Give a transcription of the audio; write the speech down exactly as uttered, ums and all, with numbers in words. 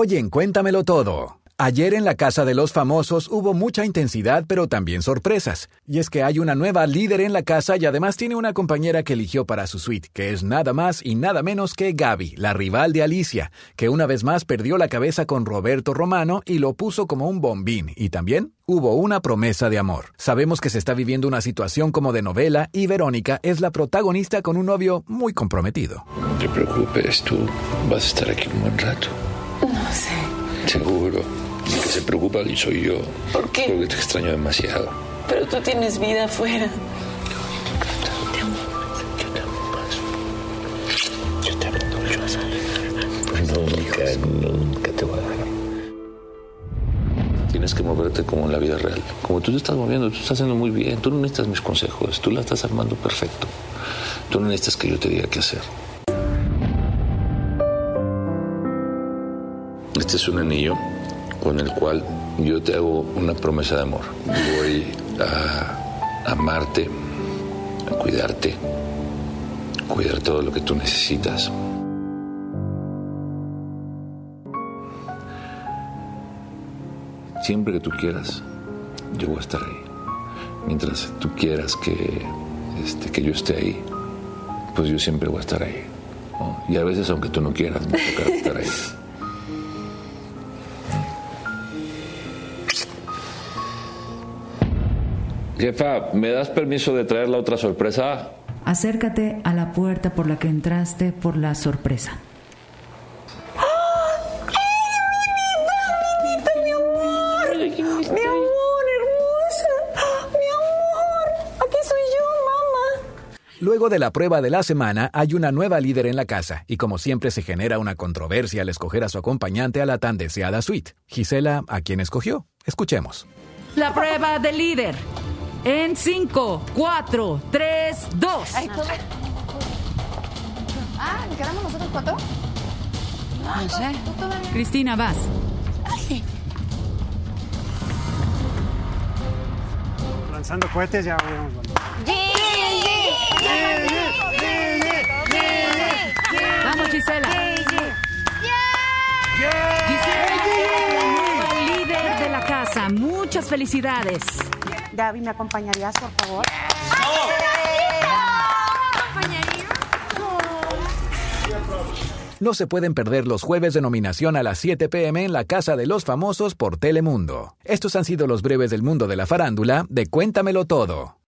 Hoy en Cuéntamelo Todo. Ayer en la Casa de los Famosos hubo mucha intensidad, pero también sorpresas. Y es que hay una nueva líder en la casa y además tiene una compañera que eligió para su suite, que es nada más y nada menos que Gaby, la rival de Alicia, que una vez más perdió la cabeza con Roberto Romano y lo puso como un bombín. Y también hubo una promesa de amor. Sabemos que se está viviendo una situación como de novela y Verónica es la protagonista con un novio muy comprometido. No te preocupes, tú vas a estar aquí un buen rato. No sé. Seguro. El que se preocupa soy yo. ¿Por qué? Porque te extraño demasiado. Pero tú tienes vida afuera. Te amo. Yo te amo más. Yo te amo mucho. Pues nunca, nunca te voy a dejar. Tienes que moverte como en la vida real. Como tú te estás moviendo, tú estás haciendo muy bien. Tú no necesitas mis consejos. Tú la estás armando perfecto. Tú no necesitas que yo te diga qué hacer. Este es un anillo con el cual yo te hago una promesa de amor. Voy a amarte, a cuidarte, cuidar todo lo que tú necesitas. Siempre que tú quieras, yo voy a estar ahí. Mientras tú quieras que, este, que yo esté ahí, pues yo siempre voy a estar ahí, ¿no? Y a veces, aunque tú no quieras, me toca estar ahí. Jefa, ¿me das permiso de traer la otra sorpresa? Acércate a la puerta por la que entraste por la sorpresa. Luego de la prueba de la semana, hay una nueva líder en la casa, y como siempre se genera una controversia al escoger a su acompañante a la tan deseada suite. Gisela, ¿a quién escogió? Escuchemos. La prueba de líder. En cinco, cuatro, tres, dos. Ah, ¿me quedamos nosotros cuatro? No sé. Cristina, vas. Lanzando cohetes, ya vamos. Vamos, Gisela. Gisela es la nueva líder de la casa. Muchas felicidades. Gaby, ¿me acompañarías, por favor? No se pueden perder los jueves de nominación a las siete p.m. en la Casa de los Famosos por Telemundo. Estos han sido los breves del mundo de la farándula de Cuéntamelo Todo.